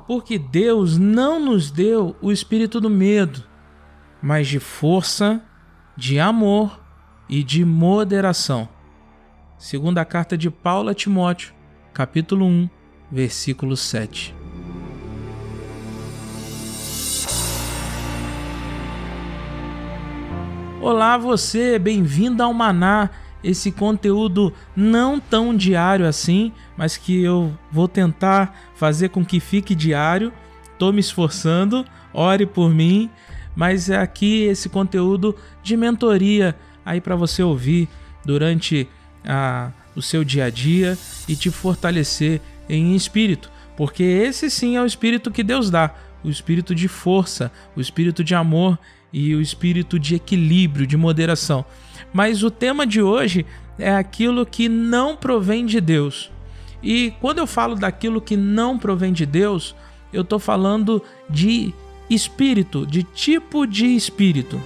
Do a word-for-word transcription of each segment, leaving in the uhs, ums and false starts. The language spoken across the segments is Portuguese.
Porque Deus não nos deu o espírito do medo, mas de força, de amor e de moderação. Segunda carta de Paulo a Timóteo, capítulo um, versículo sete. Olá você, bem-vindo ao Maná, esse conteúdo não tão diário assim, mas que eu vou tentar fazer com que fique diário. Estou me esforçando, ore por mim, mas é aqui esse conteúdo de mentoria aí para você ouvir durante a, o seu dia a dia e te fortalecer em espírito, porque esse sim é o espírito que Deus dá, o espírito de força, o espírito de amor e o espírito de equilíbrio, de moderação. Mas o tema de hoje é aquilo que não provém de Deus. E quando eu falo daquilo que não provém de Deus, eu estou falando de espírito, de tipo de espírito.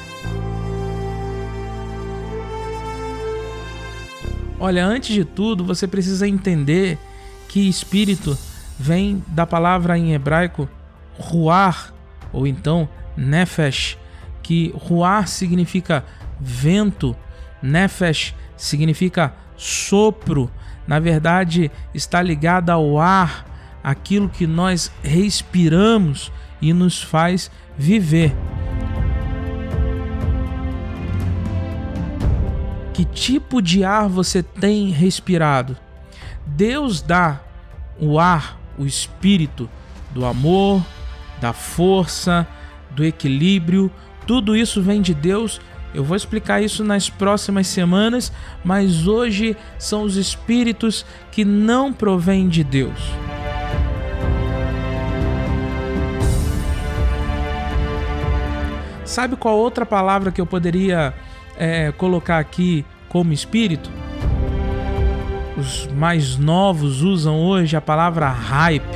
Olha, antes de tudo, você precisa entender que espírito vem da palavra em hebraico ruar, ou então nefesh, que ruar significa vento, nefesh significa sopro. Na verdade, está ligado ao ar, aquilo que nós respiramos e nos faz viver. Que tipo de ar você tem respirado? Deus dá o ar, o espírito do amor, da força, do equilíbrio, tudo isso vem de Deus. Eu vou explicar isso nas próximas semanas, mas hoje são os espíritos que não provêm de Deus. Sabe qual outra palavra que eu poderia é, colocar aqui como espírito? Os mais novos usam hoje a palavra hype.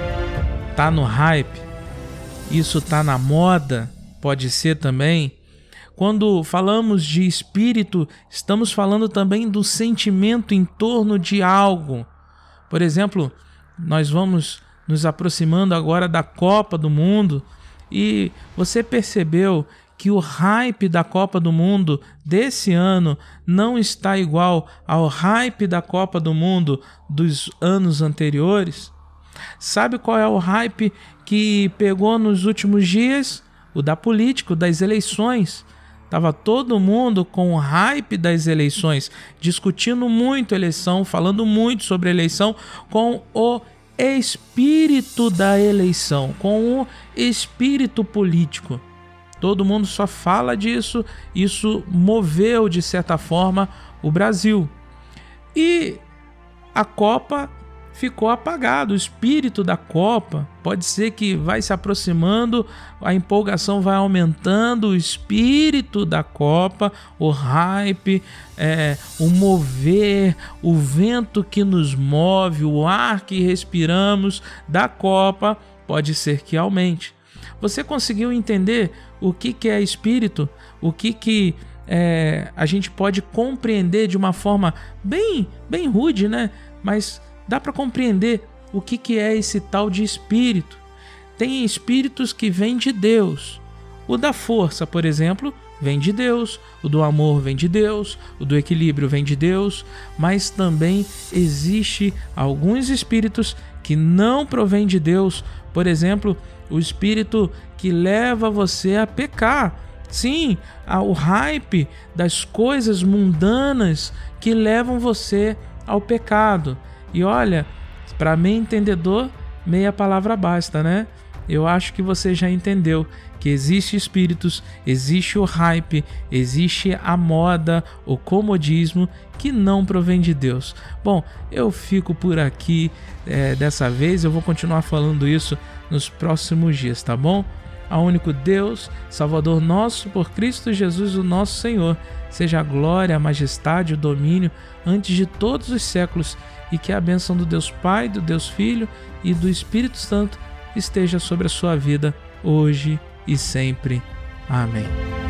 Tá no hype. Isso tá na moda, pode ser também. Quando falamos de espírito, estamos falando também do sentimento em torno de algo. Por exemplo, nós vamos nos aproximando agora da Copa do Mundo e você percebeu que o hype da Copa do Mundo desse ano não está igual ao hype da Copa do Mundo dos anos anteriores? Sabe qual é o hype que pegou nos últimos dias? O da política, das eleições. Tava todo mundo com o hype das eleições, discutindo muito eleição, falando muito sobre eleição, com o espírito da eleição, com o espírito político. Todo mundo só fala disso, isso moveu de certa forma o Brasil. E a Copa ficou apagado, o espírito da Copa pode ser que vai se aproximando, a empolgação vai aumentando, o espírito da Copa, o hype, é, o mover, o vento que nos move, o ar que respiramos da Copa, pode ser que aumente. Você conseguiu entender o que, que é espírito? O que, que é, a gente pode compreender de uma forma bem, bem rude, né? Mas dá para compreender o que, que é esse tal de espírito. Tem espíritos que vêm de Deus. O da força, por exemplo, vem de Deus. O do amor vem de Deus. O do equilíbrio vem de Deus. Mas também existe alguns espíritos que não provêm de Deus. Por exemplo, o espírito que leva você a pecar. Sim, o hype das coisas mundanas que levam você ao pecado. E olha, para mim entendedor, meia palavra basta, né? Eu acho que você já entendeu que existe espíritos, existe o hype, existe a moda, o comodismo que não provém de Deus. Bom, eu fico por aqui é, dessa vez, eu vou continuar falando isso nos próximos dias, tá bom? Ao único Deus, Salvador nosso, por Cristo Jesus, o nosso Senhor, seja a glória, a majestade, o domínio antes de todos os séculos, e que a bênção do Deus Pai, do Deus Filho e do Espírito Santo esteja sobre a sua vida hoje e sempre. Amém.